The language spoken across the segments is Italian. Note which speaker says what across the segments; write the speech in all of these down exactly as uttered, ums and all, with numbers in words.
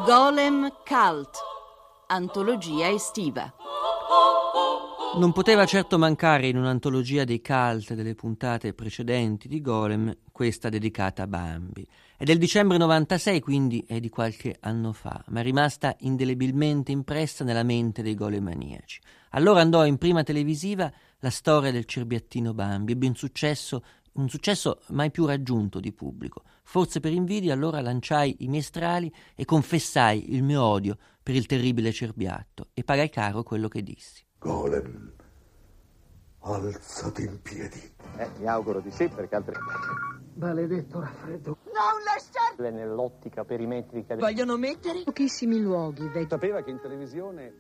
Speaker 1: Golem Cult, antologia estiva.
Speaker 2: Non poteva certo mancare in un'antologia dei cult delle puntate precedenti di Golem questa dedicata a Bambi. È del dicembre novantasei, quindi è di qualche anno fa, ma è rimasta indelebilmente impressa nella mente dei golemaniaci. Allora andò in prima televisiva la storia del cerbiattino Bambi, ebbe un successo, un successo mai più raggiunto di pubblico. Forse per invidia allora lanciai i miei strali e confessai il mio odio per il terribile cerbiatto e pagai caro quello che dissi.
Speaker 3: Golem, alzati in piedi.
Speaker 4: Eh, mi auguro di sì, perché altri...
Speaker 5: Maledetto raffreddo.
Speaker 6: Non lasciare!
Speaker 4: Nell'ottica perimetrica...
Speaker 6: Vogliono mettere
Speaker 5: Pochissimi luoghi, vecchio.
Speaker 4: Sapeva che in televisione...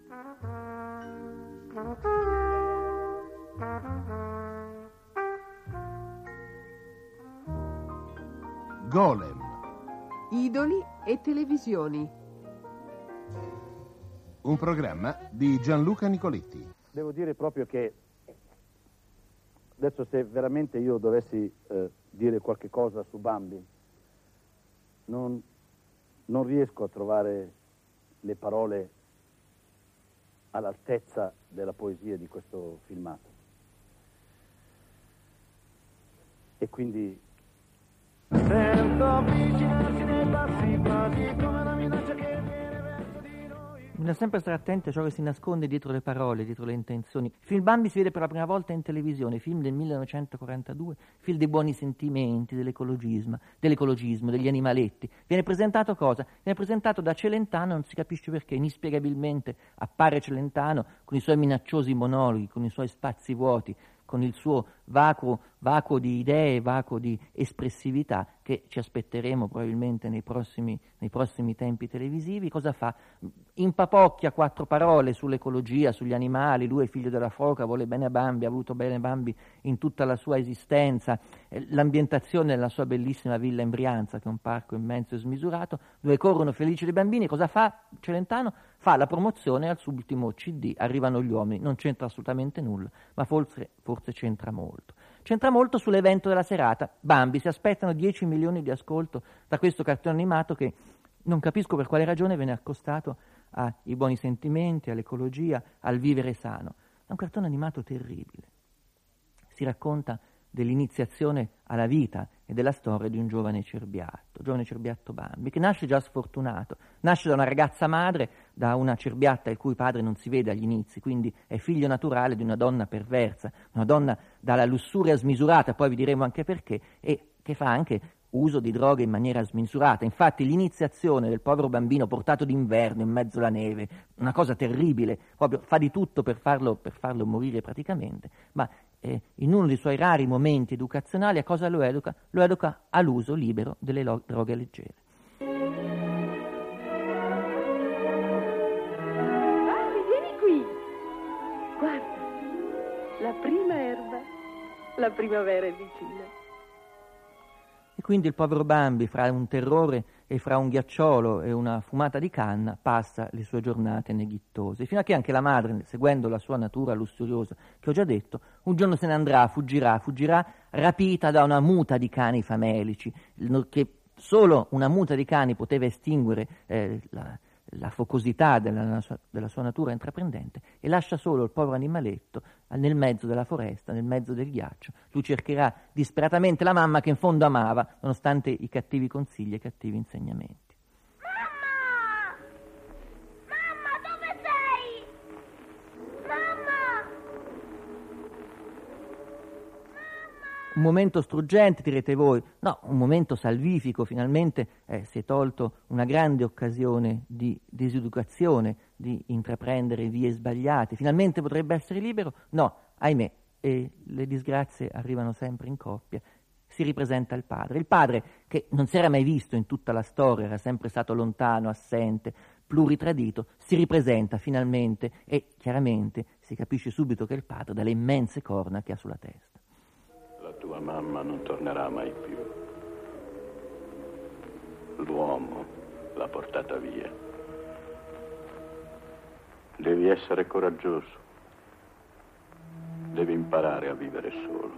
Speaker 7: Golem.
Speaker 5: Idoli e televisioni.
Speaker 7: Un programma di Gianluca Nicoletti.
Speaker 8: Devo dire proprio che adesso, se veramente io dovessi eh, dire qualche cosa su Bambi, non, non riesco a trovare le parole all'altezza della poesia di questo filmato. E quindi
Speaker 9: sento avvicinarsi nei passi quasi come una minaccia che viene verso di noi.
Speaker 2: Bisogna sempre stare attenti a ciò che si nasconde dietro le parole, dietro le intenzioni. Il film Bambi si vede per la prima volta in televisione, film del millenovecentoquarantadue, film dei buoni sentimenti, dell'ecologismo, dell'ecologismo, degli animaletti. Viene presentato cosa? Viene presentato da Celentano, non si capisce perché, inspiegabilmente appare Celentano con i suoi minacciosi monologhi, con i suoi spazi vuoti, con il suo vacuo, vacuo di idee, vacuo di espressività che ci aspetteremo probabilmente nei prossimi, nei prossimi tempi televisivi. Cosa fa? Impapocchia quattro parole sull'ecologia, sugli animali. Lui è figlio della foca, vuole bene a Bambi, ha voluto bene a Bambi in tutta la sua esistenza. L'ambientazione della sua bellissima villa in Brianza, che è un parco immenso e smisurato, dove corrono felici dei bambini. Cosa fa Celentano? Fa la promozione al suo ultimo C D, Arrivano gli uomini. Non c'entra assolutamente nulla, ma forse, forse c'entra molto. C'entra molto sull'evento della serata. Bambi, si aspettano dieci milioni di ascolto da questo cartone animato che non capisco per quale ragione viene accostato ai buoni sentimenti, all'ecologia, al vivere sano. È un cartone animato terribile. Si racconta dell'iniziazione alla vita e della storia di un giovane cerbiatto, giovane cerbiatto Bambi, che nasce già sfortunato, nasce da una ragazza madre, da una cerbiatta il cui padre non si vede agli inizi, quindi è figlio naturale di una donna perversa, una donna dalla lussuria smisurata, poi vi diremo anche perché, e che fa anche uso di droghe in maniera smisurata. Infatti l'iniziazione del povero bambino portato d'inverno in mezzo alla neve, una cosa terribile, proprio fa di tutto per farlo, per farlo morire praticamente, ma eh, in uno dei suoi rari momenti educazionali a cosa lo educa? Lo educa all'uso libero delle lo- droghe leggere.
Speaker 5: Bambi, vieni qui. Guarda, la prima erba, la primavera è vicina.
Speaker 2: E quindi il povero Bambi, fra un terrore e fra un ghiacciolo e una fumata di canna, passa le sue giornate neghittose, fino a che anche la madre, seguendo la sua natura lussuriosa, che ho già detto, un giorno se ne andrà, fuggirà, fuggirà rapita da una muta di cani famelici, che solo una muta di cani poteva estinguere eh, la, la focosità della sua, della sua natura intraprendente, e lascia solo il povero animaletto nel mezzo della foresta, nel mezzo del ghiaccio. Lui cercherà disperatamente la mamma che in fondo amava, nonostante i cattivi consigli e i cattivi insegnamenti.
Speaker 6: Mamma! Mamma, dove sei? Mamma!
Speaker 2: Un momento struggente, direte voi. No, un momento salvifico. Finalmente eh, si è tolto una grande occasione di diseducazione, di intraprendere vie sbagliate. Finalmente potrebbe essere libero? No, ahimè, e le disgrazie arrivano sempre in coppia. Si ripresenta il padre. Il padre, che non si era mai visto in tutta la storia, era sempre stato lontano, assente, pluritradito, si ripresenta finalmente e chiaramente si capisce subito che è il padre dalle immense corna che ha sulla testa.
Speaker 10: La tua mamma non tornerà mai più. L'uomo l'ha portata via. Devi essere coraggioso. Devi imparare a vivere solo.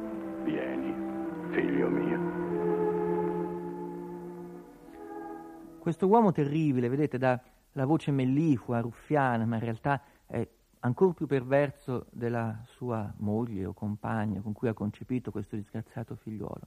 Speaker 10: Vieni, figlio mio.
Speaker 2: Questo uomo terribile, vedete, dà la voce melliflua, ruffiana, ma in realtà è ancora più perverso della sua moglie o compagna con cui ha concepito questo disgraziato figliuolo.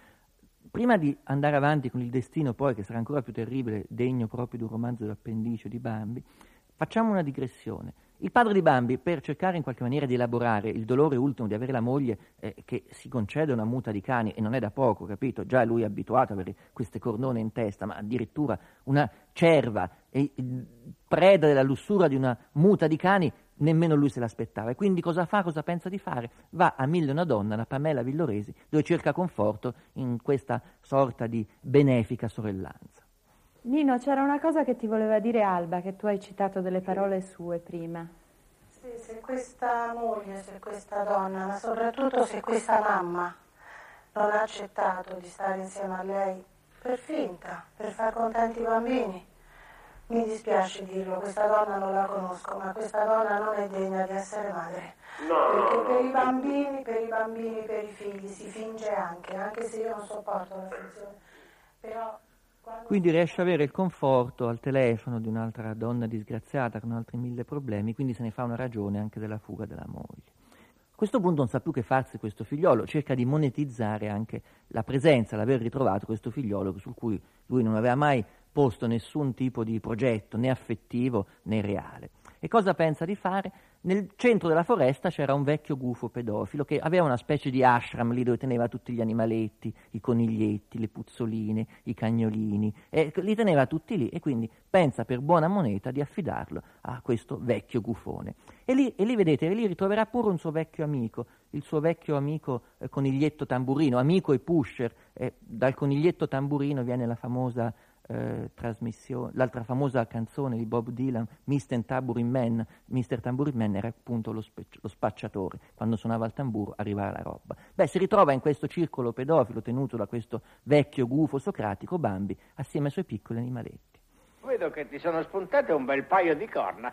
Speaker 2: Prima di andare avanti con il destino poi, che sarà ancora più terribile, degno proprio di un romanzo d'appendice di Bambi, facciamo una digressione. Il padre di Bambi, per cercare in qualche maniera di elaborare il dolore ultimo di avere la moglie eh, che si concede una muta di cani, e non è da poco, capito? Già lui è abituato ad avere queste cornone in testa, ma addirittura una cerva, e preda della lussuria di una muta di cani, nemmeno lui se l'aspettava. E quindi cosa fa, cosa pensa di fare? Va a Mille e una donna, la Pamela Villoresi, dove cerca conforto in questa sorta di benefica sorellanza.
Speaker 3: Nino, c'era una cosa che ti voleva dire Alba, che tu hai citato delle parole sue prima.
Speaker 11: Sì, se questa moglie, se questa donna, ma soprattutto se questa mamma non ha accettato di stare insieme a lei per finta, per far contenti i bambini, mi dispiace dirlo, questa donna non la conosco, ma questa donna non è degna di essere madre. No, perché per i bambini, per i bambini, per i figli si finge anche, anche se io non sopporto l'affezione, però...
Speaker 2: Quindi riesce ad avere il conforto al telefono di un'altra donna disgraziata con altri mille problemi, quindi se ne fa una ragione anche della fuga della moglie. A questo punto non sa più che farsi questo figliolo, cerca di monetizzare anche la presenza, l'aver ritrovato questo figliolo sul cui lui non aveva mai posto nessun tipo di progetto, né affettivo né reale. E cosa pensa di fare? Nel centro della foresta c'era un vecchio gufo pedofilo che aveva una specie di ashram lì dove teneva tutti gli animaletti, i coniglietti, le puzzoline, i cagnolini, e li teneva tutti lì, e quindi pensa per buona moneta di affidarlo a questo vecchio gufone. E lì, e lì vedete, lì ritroverà pure un suo vecchio amico, il suo vecchio amico eh, coniglietto tamburino, amico e pusher. Eh, dal coniglietto tamburino viene la famosa Eh, trasmissione, l'altra famosa canzone di Bob Dylan, mister Tambourine Man. mister Tambourine Man era appunto lo, spe- lo spacciatore, quando suonava il tamburo arrivava la roba. Beh, si ritrova in questo circolo pedofilo tenuto da questo vecchio gufo socratico Bambi assieme ai suoi piccoli animaletti.
Speaker 12: Vedo che ti sono spuntate un bel paio di corna.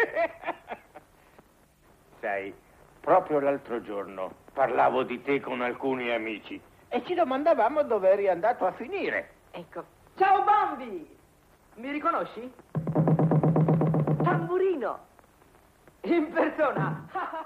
Speaker 12: Sai, proprio l'altro giorno parlavo di te con alcuni amici e ci domandavamo dove eri andato a finire.
Speaker 5: Ecco. Ciao Bambi! Mi riconosci? Tamburino! In persona!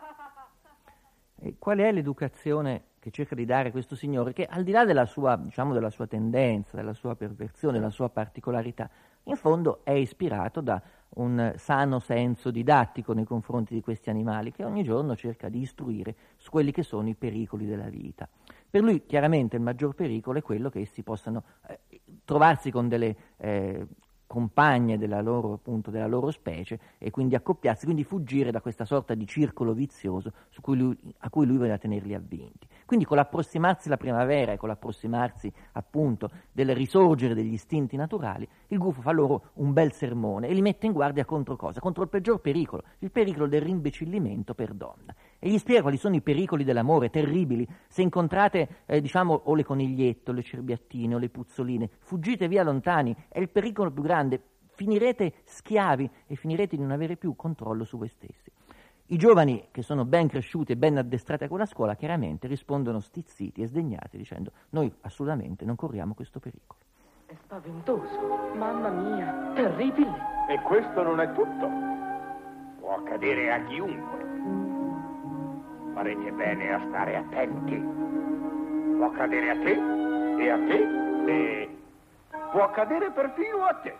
Speaker 2: E qual è l'educazione che cerca di dare questo signore, che al di là della sua, diciamo, della sua tendenza, della sua perversione, della sua particolarità, in fondo è ispirato da un sano senso didattico nei confronti di questi animali, che ogni giorno cerca di istruire su quelli che sono i pericoli della vita. Per lui chiaramente il maggior pericolo è quello che essi possano eh, trovarsi con delle eh, compagne della loro, appunto, della loro specie, e quindi accoppiarsi, quindi fuggire da questa sorta di circolo vizioso su cui lui, a cui lui voleva tenerli avvinti. Quindi con l'approssimarsi la primavera e con l'approssimarsi appunto del risorgere degli istinti naturali, il gufo fa loro un bel sermone e li mette in guardia contro cosa? Contro il peggior pericolo, il pericolo del rimbecillimento per donna. E gli spiega quali sono i pericoli dell'amore, terribili. Se incontrate, eh, diciamo, o le conigliette, o le cerbiattine, o le puzzoline, fuggite via lontani, è il pericolo più grande. Finirete schiavi e finirete di non avere più controllo su voi stessi. I giovani, che sono ben cresciuti e ben addestrati a quella scuola, chiaramente rispondono stizziti e sdegnati, dicendo: noi assolutamente non corriamo questo pericolo.
Speaker 5: È spaventoso, mamma mia, terribile.
Speaker 12: E questo non è tutto. Può accadere a chiunque. Farete bene a stare attenti. Può accadere a te, e a te, e può accadere perfino a te.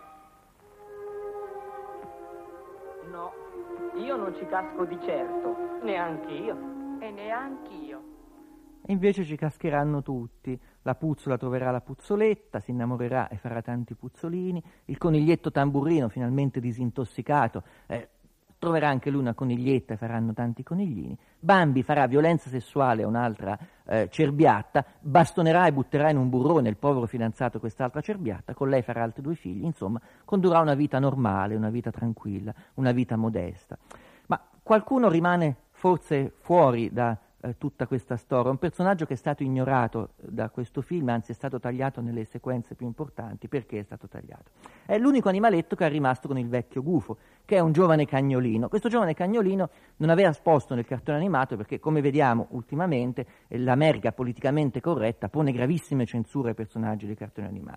Speaker 5: No, io non ci casco di certo, neanche io. E neanche io.
Speaker 2: E invece ci cascheranno tutti. La puzzola troverà la puzzoletta, si innamorerà e farà tanti puzzolini. Il coniglietto tamburino, finalmente disintossicato, eh, troverà anche lui una coniglietta e faranno tanti coniglini. Bambi farà violenza sessuale a un'altra eh, cerbiatta, bastonerà e butterà in un burrone il povero fidanzato quest'altra cerbiatta, con lei farà altri due figli, insomma condurrà una vita normale, una vita tranquilla, una vita modesta. Ma qualcuno rimane forse fuori da eh, tutta questa storia, un personaggio che è stato ignorato da questo film, anzi è stato tagliato nelle sequenze più importanti. Perché è stato tagliato? È l'unico animaletto che è rimasto con il vecchio gufo, che è un giovane cagnolino. Questo giovane cagnolino non aveva posto nel cartone animato perché, come vediamo ultimamente, l'America politicamente corretta pone gravissime censure ai personaggi dei cartoni animati.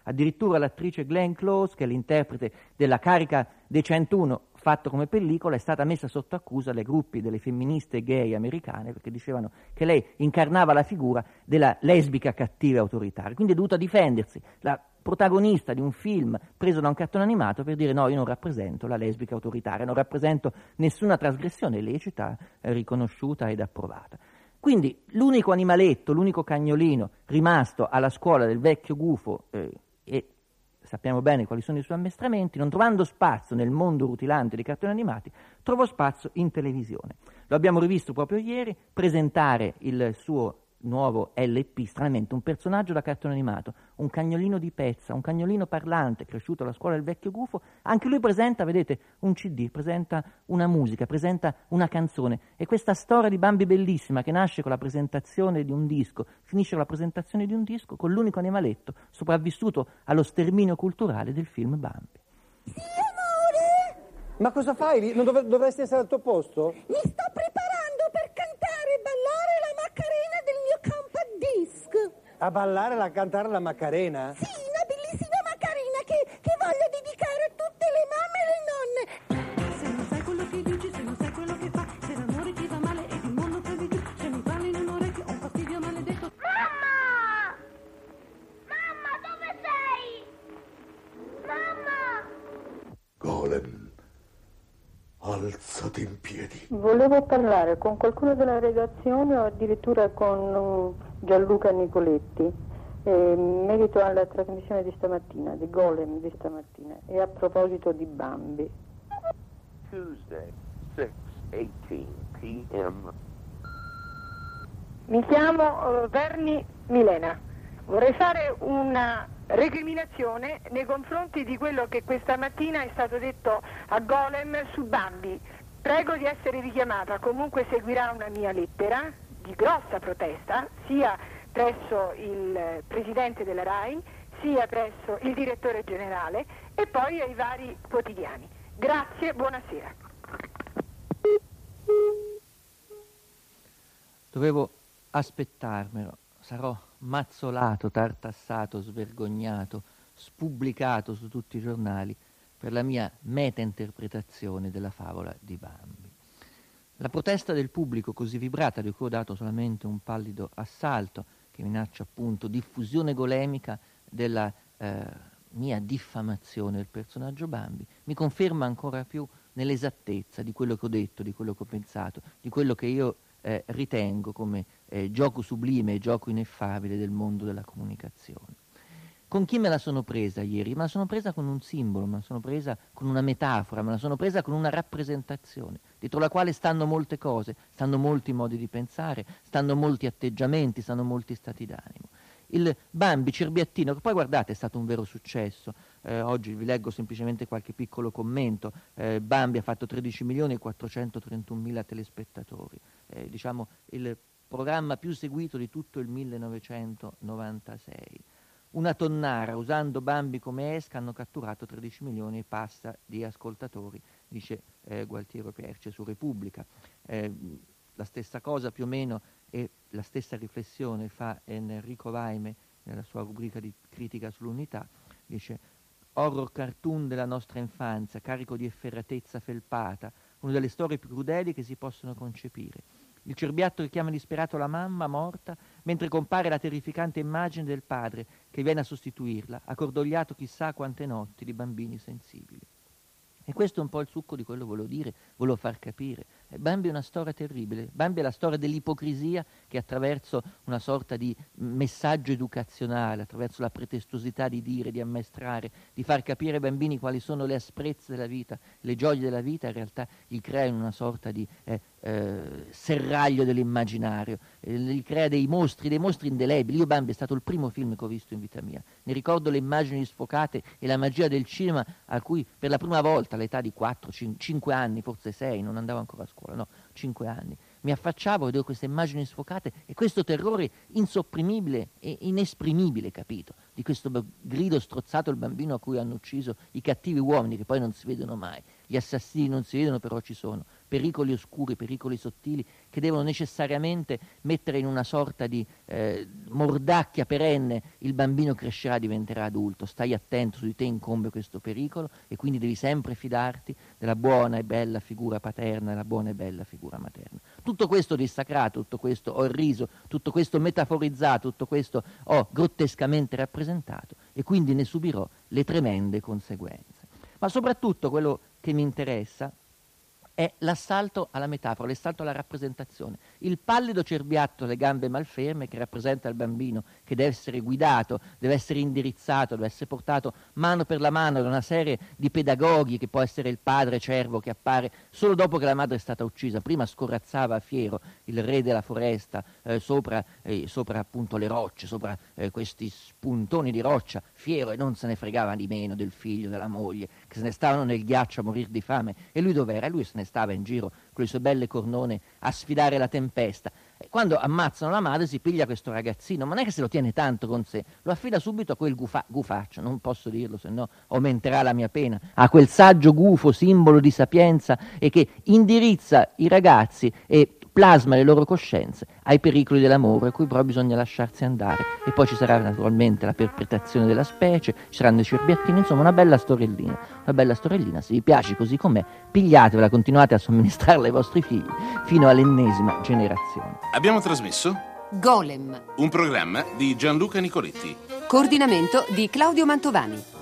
Speaker 2: Addirittura l'attrice Glenn Close, che è l'interprete della Carica dei centuno fatto come pellicola, è stata messa sotto accusa dai gruppi delle femministe gay americane perché dicevano che lei incarnava la figura della lesbica cattiva e autoritaria. Quindi è dovuta difendersi, la protagonista di un film preso da un cartone animato, per dire no, io non rappresento la lesbica autoritaria, non rappresento nessuna trasgressione lecita, eh, riconosciuta ed approvata. Quindi l'unico animaletto, l'unico cagnolino rimasto alla scuola del vecchio gufo, eh, e sappiamo bene quali sono i suoi ammestramenti, non trovando spazio nel mondo rutilante dei cartoni animati, trovò spazio in televisione. Lo abbiamo rivisto proprio ieri, presentare il suo nuovo L P, stranamente un personaggio da cartone animato, un cagnolino di pezza, un cagnolino parlante cresciuto alla scuola del vecchio gufo. Anche lui presenta, vedete, un C D, presenta una musica, presenta una canzone, e questa storia di Bambi bellissima che nasce con la presentazione di un disco, finisce con la presentazione di un disco, con l'unico animaletto sopravvissuto allo sterminio culturale del film Bambi.
Speaker 13: Sì, amore!
Speaker 14: Ma cosa fai lì? Non dov- dovresti essere al tuo posto?
Speaker 13: Mi sto preparando per cantare e ballare la Macarena del mio compact disc.
Speaker 14: A ballare, a cantare la Macarena?
Speaker 13: Sì, una bellissima Macarena che, che voglio dedicare a tutte le mamme e le nonne.
Speaker 15: Se non sai quello che dici, se non sai quello che fa, se l'amore ti va male e il mondo prendi giù, se mi parli in un orecchio ho un fastidio maledetto.
Speaker 6: Mamma! Mamma, dove sei? Mamma!
Speaker 16: Golem, alzati in piedi.
Speaker 5: Volevo parlare con qualcuno della redazione o addirittura con uh, Gianluca Nicoletti, eh, in merito alla trasmissione di stamattina, di Golem di stamattina, e a proposito di Bambi.
Speaker 17: Tuesday, six eighteen p m
Speaker 18: Mi chiamo uh, Verni Milena. Vorrei fare una recriminazione nei confronti di quello che questa mattina è stato detto a Golem su Bambi. Prego di essere richiamata, comunque seguirà una mia lettera di grossa protesta, sia presso il presidente della RAI, sia presso il direttore generale e poi ai vari quotidiani. Grazie, buonasera.
Speaker 2: Dovevo aspettarmelo, sarò mazzolato, tartassato, svergognato, spubblicato su tutti i giornali per la mia meta-interpretazione della favola di Bambi. La protesta del pubblico, così vibrata, di cui ho dato solamente un pallido assalto, che minaccia appunto diffusione golemica della eh, mia diffamazione del personaggio Bambi, mi conferma ancora più nell'esattezza di quello che ho detto, di quello che ho pensato, di quello che io eh, ritengo come eh, gioco sublime e gioco ineffabile del mondo della comunicazione. Con chi me la sono presa ieri? Me la sono presa con un simbolo, me la sono presa con una metafora, me la sono presa con una rappresentazione, dietro la quale stanno molte cose, stanno molti modi di pensare, stanno molti atteggiamenti, stanno molti stati d'animo. Il Bambi Cerbiattino, che poi guardate è stato un vero successo, eh, oggi vi leggo semplicemente qualche piccolo commento, eh, Bambi ha fatto tredici milioni e quattrocentotrentunomila telespettatori, eh, diciamo il programma più seguito di tutto il millenovecentonovantasei. Una tonnara, usando Bambi come esca, hanno catturato tredici milioni e passa di ascoltatori, dice eh, Gualtiero Perce su Repubblica. Eh, la stessa cosa più o meno e la stessa riflessione fa Enrico Vaime nella sua rubrica di critica sull'unità, dice horror cartoon della nostra infanzia, carico di efferatezza felpata, una delle storie più crudeli che si possono concepire. Il cerbiatto che chiama disperato la mamma morta, mentre compare la terrificante immagine del padre che viene a sostituirla, accordogliato chissà quante notti di bambini sensibili. E questo è un po' il succo di quello che volevo dire, volevo far capire. Bambi è una storia terribile, Bambi è la storia dell'ipocrisia che attraverso una sorta di messaggio educazionale, attraverso la pretestosità di dire, di ammaestrare, di far capire ai bambini quali sono le asprezze della vita, le gioie della vita, in realtà li crea in una sorta di eh, eh, serraglio dell'immaginario, eh, li crea dei mostri, dei mostri indelebili. Io Bambi è stato il primo film che ho visto in vita mia, ne ricordo le immagini sfocate e la magia del cinema a cui per la prima volta all'età di quattro cinque anni, forse sei, non andavo ancora a scuola, no, cinque anni, mi affacciavo, vedevo queste immagini sfocate e questo terrore insopprimibile e inesprimibile, capito? Di questo grido strozzato al bambino a cui hanno ucciso i cattivi uomini che poi non si vedono mai. gli assassini non si vedono però ci sono, pericoli oscuri, pericoli sottili che devono necessariamente mettere in una sorta di eh, mordacchia perenne. Il bambino crescerà, diventerà adulto, stai attento, su di te incombe questo pericolo e quindi devi sempre fidarti della buona e bella figura paterna e della buona e bella figura materna. Tutto questo dissacrato, tutto questo ho riso, tutto questo metaforizzato, tutto questo ho grottescamente rappresentato e quindi ne subirò le tremende conseguenze. Ma soprattutto quello che mi interessa è l'assalto alla metafora, l'assalto alla rappresentazione. Il pallido cerbiatto alle gambe malferme che rappresenta il bambino, che deve essere guidato, deve essere indirizzato, deve essere portato mano per la mano da una serie di pedagoghi, che può essere il padre cervo che appare solo dopo che la madre è stata uccisa. Prima scorazzava fiero il re della foresta eh, sopra, eh, sopra appunto le rocce, sopra eh, questi spuntoni di roccia, fiero, e non se ne fregava di meno del figlio, della moglie, che se ne stavano nel ghiaccio a morir di fame. E lui dov'era? Lui se ne stava in giro con le sue belle cornone a sfidare la tempesta. E quando ammazzano la madre si piglia questo ragazzino, ma non è che se lo tiene tanto con sé, lo affida subito a quel gufa- gufaccio, non posso dirlo se no aumenterà la mia pena, a quel saggio gufo, simbolo di sapienza e che indirizza i ragazzi e plasma le loro coscienze ai pericoli dell'amore, a cui però bisogna lasciarsi andare. E poi ci sarà naturalmente la perpetrazione della specie, ci saranno i cerbiattini, insomma una bella storiellina, una bella storiellina. Se vi piace così com'è, pigliatevela, continuate a somministrarla ai vostri figli fino all'ennesima generazione.
Speaker 7: Abbiamo trasmesso
Speaker 1: Golem,
Speaker 7: un programma di Gianluca Nicoletti.
Speaker 1: coordinamento di Claudio Mantovani.